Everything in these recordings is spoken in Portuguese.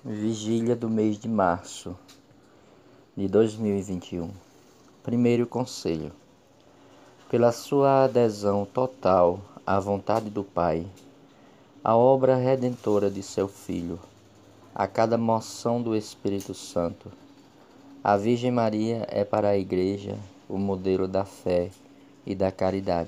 Vigília do mês de março de 2021. Primeiro conselho. Pela sua adesão total à vontade do Pai, à obra redentora de seu Filho, a cada moção do Espírito Santo, a Virgem Maria é para a Igreja o modelo da fé e da caridade.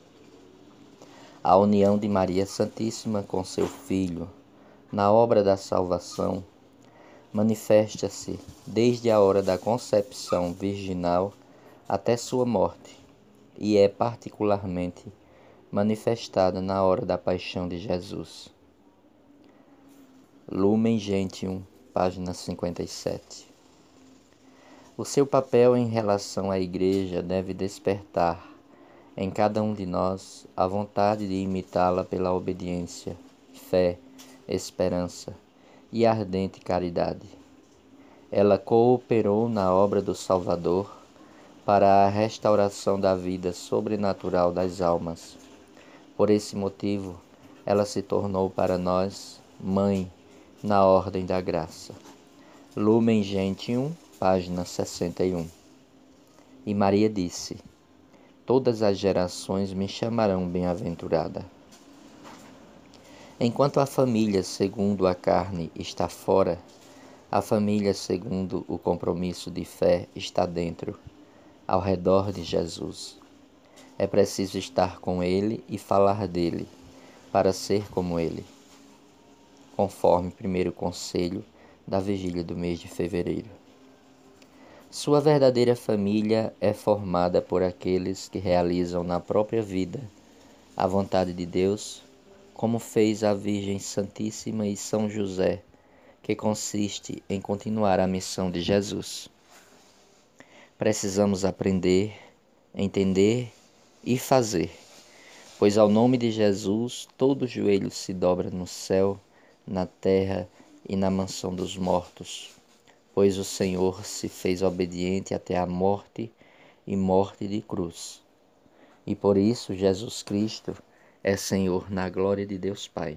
A união de Maria Santíssima com seu Filho na obra da salvação manifesta-se desde a hora da concepção virginal até sua morte, e é particularmente manifestada na hora da paixão de Jesus. Lumen Gentium, página 57. O seu papel em relação à Igreja deve despertar em cada um de nós a vontade de imitá-la pela obediência, fé, esperança e ardente caridade. Ela cooperou na obra do Salvador para a restauração da vida sobrenatural das almas. Por esse motivo, ela se tornou para nós mãe na ordem da graça. Lumen Gentium, página 61. E Maria disse: todas as gerações me chamarão bem-aventurada. Enquanto a família segundo a carne está fora, a família segundo o compromisso de fé está dentro, ao redor de Jesus. É preciso estar com Ele e falar dele, para ser como Ele, conforme primeiro conselho da vigília do mês de fevereiro. Sua verdadeira família é formada por aqueles que realizam na própria vida a vontade de Deus, como fez a Virgem Santíssima e São José, que consiste em continuar a missão de Jesus. Precisamos aprender, entender e fazer, pois ao nome de Jesus todo joelho se dobra no céu, na terra e na mansão dos mortos, pois o Senhor se fez obediente até a morte e morte de cruz. E por isso Jesus Cristo é Senhor na glória de Deus Pai.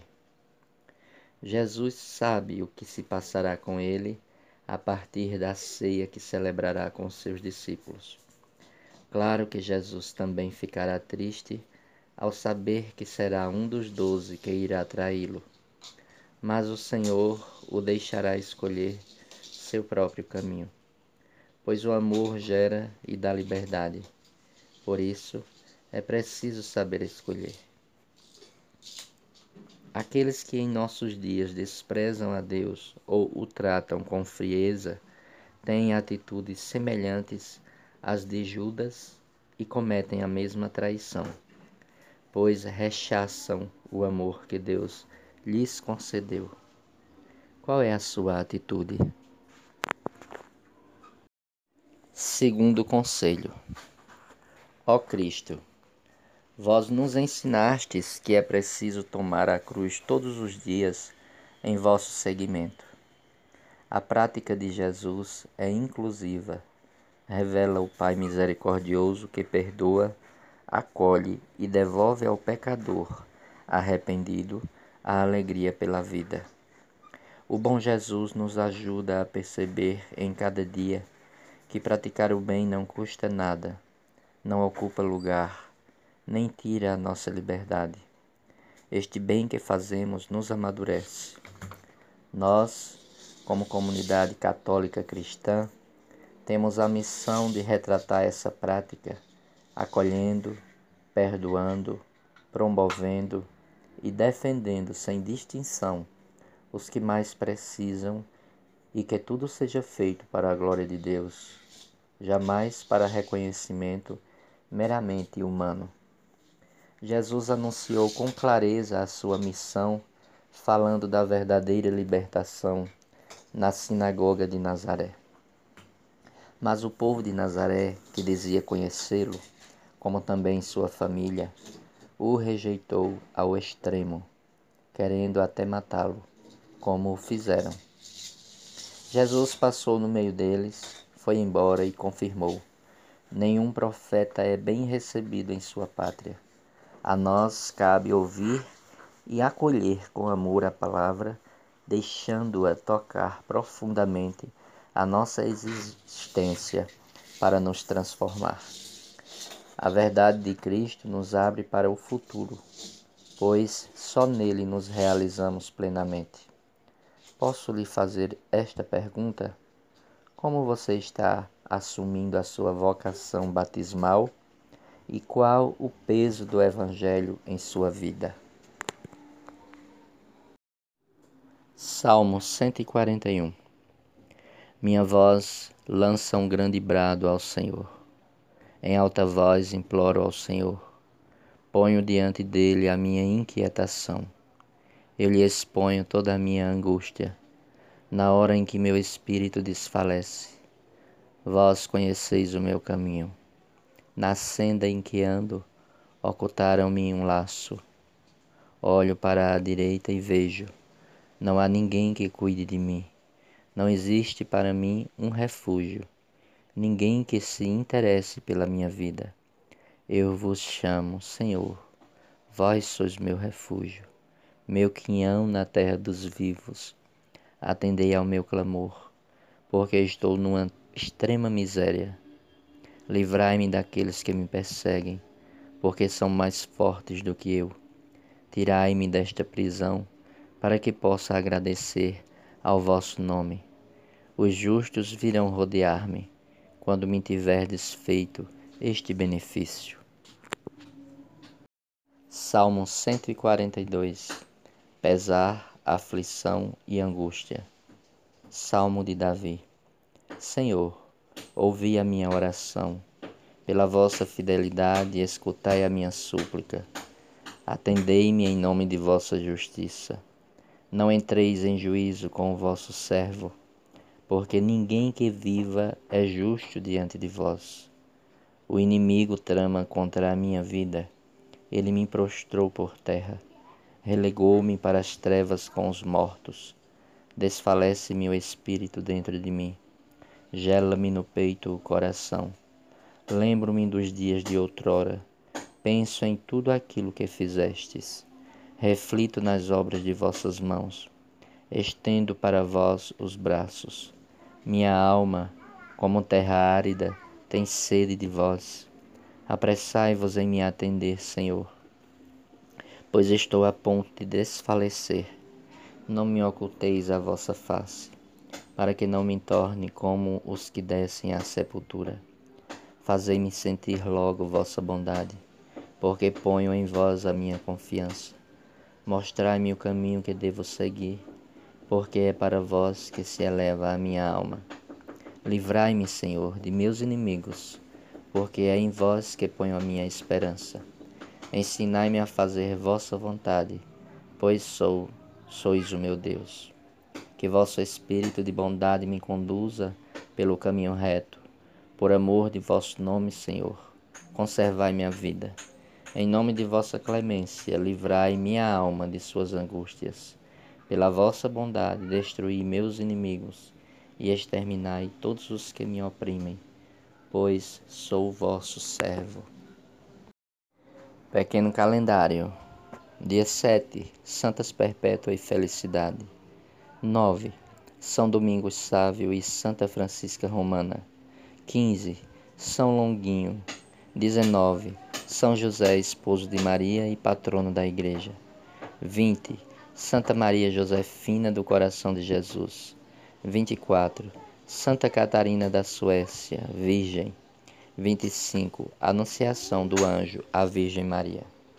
Jesus sabe o que se passará com ele a partir da ceia que celebrará com seus discípulos. Claro que Jesus também ficará triste ao saber que será um dos 12 que irá traí-lo, mas o Senhor o deixará escolher seu próprio caminho, pois o amor gera e dá liberdade. Por isso, é preciso saber escolher. Aqueles que em nossos dias desprezam a Deus ou o tratam com frieza têm atitudes semelhantes às de Judas e cometem a mesma traição, pois rechaçam o amor que Deus lhes concedeu. Qual é a sua atitude? Segundo conselho. Ó Cristo, vós nos ensinastes que é preciso tomar a cruz todos os dias em vosso seguimento. A prática de Jesus é inclusiva, revela o Pai misericordioso que perdoa, acolhe e devolve ao pecador arrependido a alegria pela vida. O bom Jesus nos ajuda a perceber em cada dia que praticar o bem não custa nada, não ocupa lugar, nem tira a nossa liberdade. Este bem que fazemos nos amadurece. Nós, como comunidade católica cristã, temos a missão de retratar essa prática, acolhendo, perdoando, promovendo e defendendo sem distinção os que mais precisam e que tudo seja feito para a glória de Deus, jamais para reconhecimento meramente humano. Jesus anunciou com clareza a sua missão, falando da verdadeira libertação na sinagoga de Nazaré. Mas o povo de Nazaré, que dizia conhecê-lo, como também sua família, o rejeitou ao extremo, querendo até matá-lo, como o fizeram. Jesus passou no meio deles, foi embora e confirmou: nenhum profeta é bem recebido em sua pátria. A nós cabe ouvir e acolher com amor a palavra deixando-a tocar profundamente a nossa existência para nos transformar. A verdade de Cristo nos abre para o futuro, pois só nele nos realizamos plenamente. Posso lhe fazer esta pergunta? Como você está assumindo a sua vocação batismal e qual o peso do Evangelho em sua vida? Salmo 141. Minha voz lança um grande brado ao Senhor. Em alta voz imploro ao Senhor. Ponho diante dele a minha inquietação. Eu lhe exponho toda a minha angústia, na hora em que meu espírito desfalece. Vós conheceis o meu caminho. Na senda em que ando, ocultaram-me um laço. Olho para a direita e vejo, não há ninguém que cuide de mim. Não existe para mim um refúgio, ninguém que se interesse pela minha vida. Eu vos chamo, Senhor, vós sois meu refúgio, meu quinhão na terra dos vivos. Atendei ao meu clamor, porque estou numa extrema miséria. Livrai-me daqueles que me perseguem, porque são mais fortes do que eu. Tirai-me desta prisão, para que possa agradecer ao vosso nome. Os justos virão rodear-me, quando me tiverdes feito este benefício. Salmo 142. Pesar, aflição e angústia. Salmo de Davi. Senhor, ouvi a minha oração. Pela vossa fidelidade, escutai a minha súplica. Atendei-me em nome de vossa justiça. Não entreis em juízo com o vosso servo, porque ninguém que viva é justo diante de vós. O inimigo trama contra a minha vida. Ele me prostrou por terra. Relegou-me para as trevas com os mortos. Desfalece-me o espírito dentro de mim. Gela-me no peito o coração. Lembro-me dos dias de outrora. Penso em tudo aquilo que fizestes. Reflito nas obras de vossas mãos. Estendo para vós os braços. Minha alma, como terra árida, tem sede de vós. Apressai-vos em me atender, Senhor, pois estou a ponto de desfalecer. Não me oculteis a vossa face, para que não me torne como os que descem à sepultura. Fazei-me sentir logo vossa bondade, porque ponho em vós a minha confiança. Mostrai-me o caminho que devo seguir, porque é para vós que se eleva a minha alma. Livrai-me, Senhor, de meus inimigos, porque é em vós que ponho a minha esperança. Ensinai-me a fazer vossa vontade, pois sois o meu Deus. Que vosso Espírito de bondade me conduza pelo caminho reto. Por amor de vosso nome, Senhor, conservai minha vida. Em nome de vossa clemência, livrai minha alma de suas angústias. Pela vossa bondade, destruí meus inimigos e exterminai todos os que me oprimem, pois sou vosso servo. Pequeno calendário. Dia 7, Santas Perpétua e Felicidade. 9, São Domingos Sávio e Santa Francisca Romana. 15, São Longuinho. 19, São José, esposo de Maria e patrono da Igreja. 20, Santa Maria Josefina do Coração de Jesus. 24, Santa Catarina da Suécia, Virgem. 25, Anunciação do Anjo à Virgem Maria.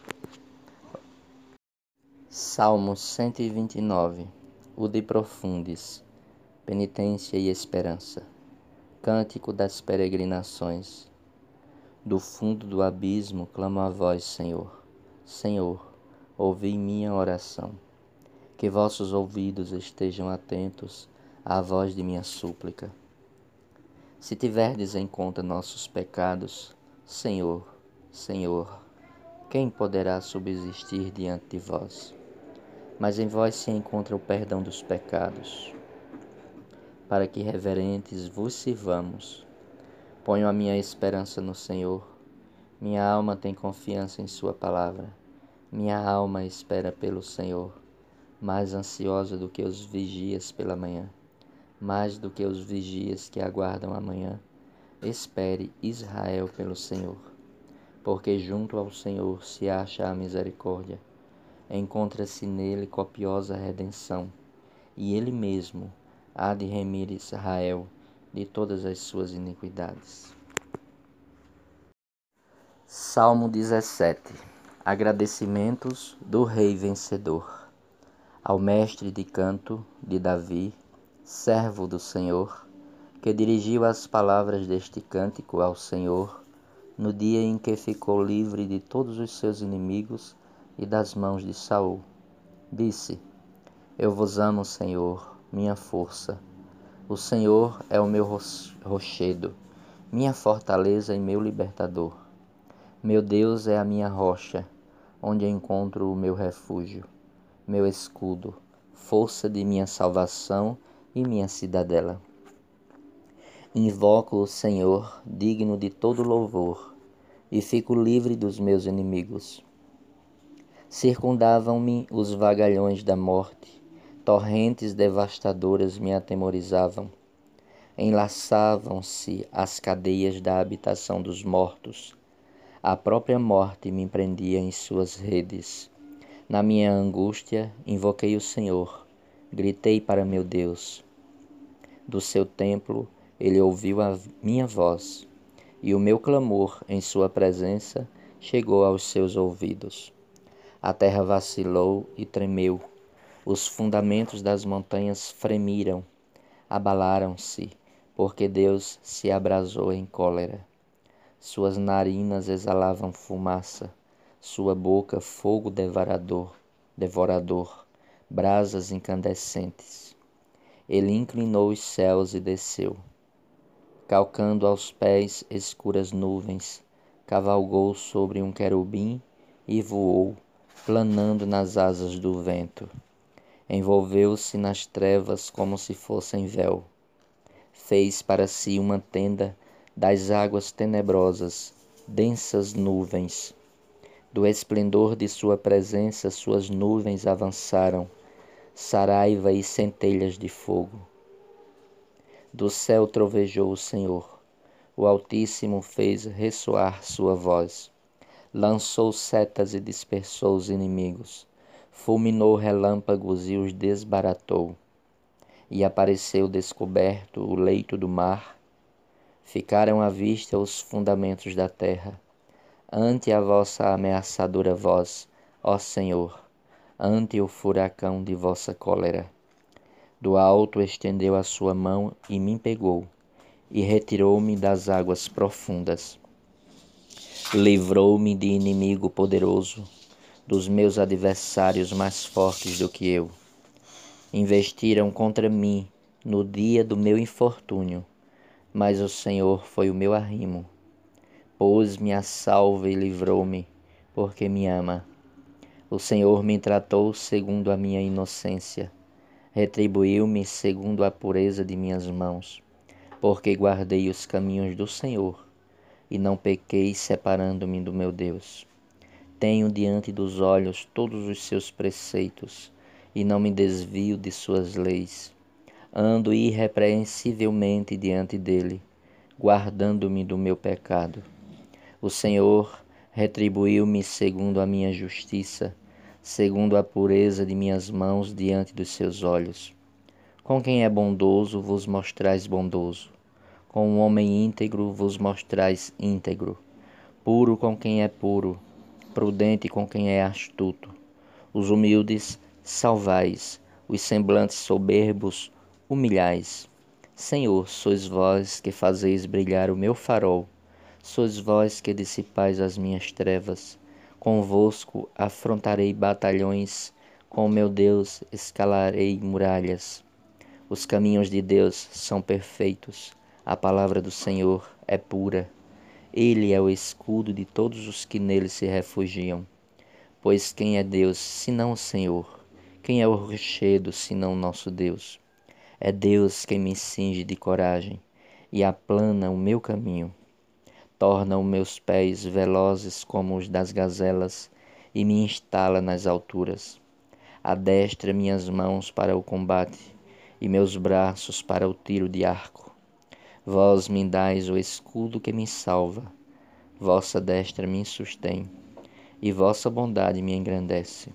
Salmo 129, o de Profundis, Penitência e Esperança. Cântico das Peregrinações. Do fundo do abismo clamo a vós, Senhor. Senhor, ouvi minha oração. Que vossos ouvidos estejam atentos à voz de minha súplica. Se tiverdes em conta nossos pecados, Senhor, Senhor, quem poderá subsistir diante de vós? Mas em vós se encontra o perdão dos pecados. Para que reverentes vos sirvamos, ponho a minha esperança no Senhor. Minha alma tem confiança em sua palavra. Minha alma espera pelo Senhor. mais ansiosa do que os vigias pela manhã, mais do que os vigias que aguardam a manhã. Espere, Israel, pelo Senhor, porque junto ao Senhor se acha a misericórdia, encontra-se nele copiosa redenção, e ele mesmo há de remir Israel de todas as suas iniquidades. Salmo 17. Agradecimentos do Rei Vencedor. Ao mestre de canto de Davi, servo do Senhor, que dirigiu as palavras deste cântico ao Senhor, no dia em que ficou livre de todos os seus inimigos e das mãos de Saul. Disse: Eu vos amo, Senhor, minha força. O Senhor é o meu rochedo, minha fortaleza e meu libertador. Meu Deus é a minha rocha, onde encontro o meu refúgio, meu escudo, força de minha salvação e minha cidadela. Invoco o Senhor, digno de todo louvor, e fico livre dos meus inimigos. Circundavam-me os vagalhões da morte, torrentes devastadoras me atemorizavam. Enlaçavam-se as cadeias da habitação dos mortos. A própria morte me prendia em suas redes. Na minha angústia, invoquei o Senhor, gritei para meu Deus. Do seu templo, ele ouviu a minha voz, e o meu clamor em sua presença chegou aos seus ouvidos. A terra vacilou e tremeu, os fundamentos das montanhas fremiram, abalaram-se, porque Deus se abrasou em cólera. Suas narinas exalavam fumaça, sua boca fogo devorador, brasas incandescentes. Ele inclinou os céus e desceu, calcando aos pés escuras nuvens, cavalgou sobre um querubim e voou, planando nas asas do vento. Envolveu-se nas trevas como se fossem véu. Fez para si uma tenda das águas tenebrosas, densas nuvens. Do esplendor de sua presença, suas nuvens avançaram, saraiva e centelhas de fogo. Do céu trovejou o Senhor, o Altíssimo fez ressoar sua voz. Lançou setas e dispersou os inimigos, fulminou relâmpagos e os desbaratou. E apareceu descoberto o leito do mar, ficaram à vista os fundamentos da terra. Ante a vossa ameaçadora voz, ó Senhor, ante o furacão de vossa cólera. Do alto estendeu a sua mão e me pegou, e retirou-me das águas profundas. Livrou-me de inimigo poderoso, dos meus adversários mais fortes do que eu. Investiram contra mim no dia do meu infortúnio, mas o Senhor foi o meu arrimo. Pôs-me a salvo e livrou-me, porque me ama. O Senhor me tratou segundo a minha inocência, retribuiu-me segundo a pureza de minhas mãos, porque guardei os caminhos do Senhor e não pequei separando-me do meu Deus. Tenho diante dos olhos todos os seus preceitos e não me desvio de suas leis. Ando irrepreensivelmente diante dele, guardando-me do meu pecado. O Senhor retribuiu-me segundo a minha justiça, segundo a pureza de minhas mãos diante dos seus olhos. Com quem é bondoso vos mostrais bondoso, com um homem íntegro vos mostrais íntegro, puro com quem é puro, prudente com quem é astuto. Os humildes salvais, os semblantes soberbos humilhais. Senhor, sois vós que fazeis brilhar o meu farol, sois vós que dissipais as minhas trevas. Convosco afrontarei batalhões, com meu Deus escalarei muralhas. Os caminhos de Deus são perfeitos, a palavra do Senhor é pura. Ele é o escudo de todos os que nele se refugiam. Pois quem é Deus, senão o Senhor? Quem é o rochedo, senão nosso Deus? É Deus quem me cinge de coragem e aplana o meu caminho. Torna os meus pés velozes como os das gazelas e me instala nas alturas. Adestra minhas mãos para o combate e meus braços para o tiro de arco. Vós me dais o escudo que me salva, vossa destra me sustém, e vossa bondade me engrandece.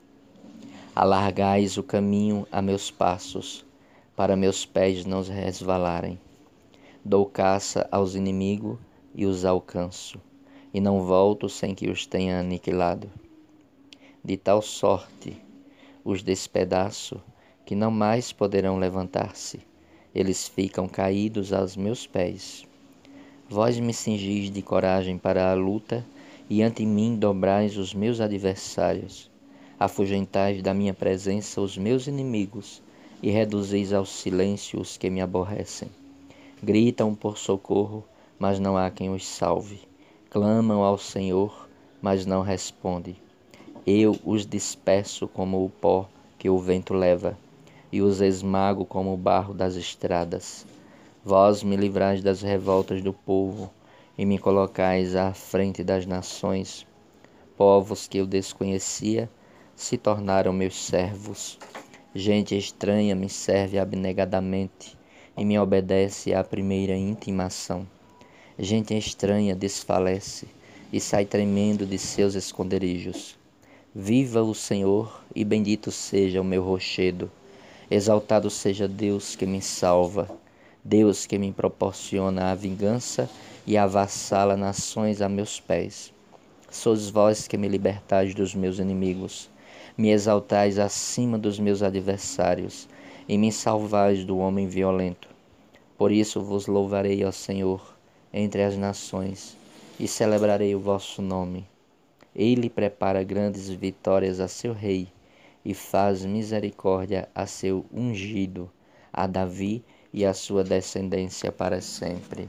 Alargais o caminho a meus passos, para meus pés não resvalarem. Dou caça aos inimigos e os alcanço, e não volto sem que os tenha aniquilado. De tal sorte os despedaço que não mais poderão levantar-se. Eles ficam caídos aos meus pés. Vós me cingis de coragem para a luta, e ante mim dobrais os meus adversários. Afugentais da minha presença os meus inimigos, e reduzis ao silêncio os que me aborrecem. Gritam por socorro, mas não há quem os salve. Clamam ao Senhor, mas não responde. Eu os disperso como o pó que o vento leva, e os esmago como o barro das estradas. Vós me livrais das revoltas do povo, e me colocais à frente das nações. Povos que eu desconhecia se tornaram meus servos. Gente estranha me serve abnegadamente, e me obedece à primeira intimação. Gente estranha desfalece, e sai tremendo de seus esconderijos. Viva o Senhor, e bendito seja o meu rochedo. Exaltado seja Deus que me salva, Deus que me proporciona a vingança e avassala nações a meus pés. Sois vós que me libertais dos meus inimigos, me exaltais acima dos meus adversários, e me salvais do homem violento. Por isso vos louvarei, ó Senhor, entre as nações, e celebrarei o vosso nome. Ele prepara grandes vitórias a seu rei, e faz misericórdia a seu ungido, a Davi e a sua descendência para sempre.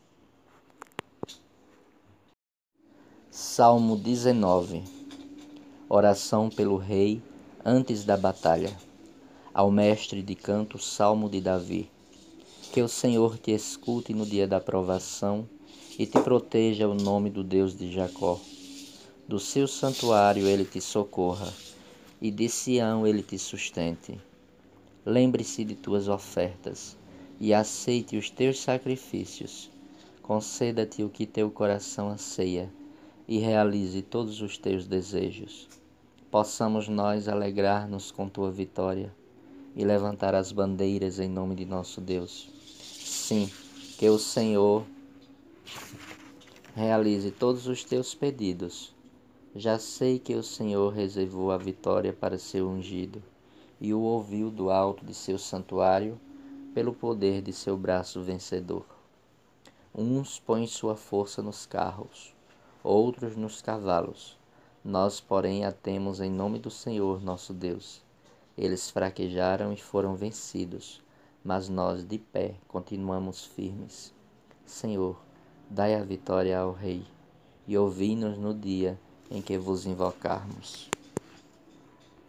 Salmo 19. Oração pelo rei antes da batalha. Ao mestre de canto, Salmo de Davi. Que o Senhor te escute no dia da provação e te proteja o nome do Deus de Jacó. Do seu santuário ele te socorra, e de Sião ele te sustente. Lembre-se de tuas ofertas, e aceite os teus sacrifícios. Conceda-te o que teu coração anseia, e realize todos os teus desejos. Possamos nós alegrar-nos com tua vitória, e levantar as bandeiras em nome de nosso Deus. Sim, que o Senhor realize todos os teus pedidos. Já sei que o Senhor reservou a vitória para seu ungido, e o ouviu do alto de seu santuário, pelo poder de seu braço vencedor. Uns põem sua força nos carros, outros nos cavalos. Nós, porém, a temos em nome do Senhor nosso Deus. Eles fraquejaram e foram vencidos, mas nós, de pé, continuamos firmes. Senhor, dai a vitória ao Rei, e ouvi-nos no dia em que vos invocarmos.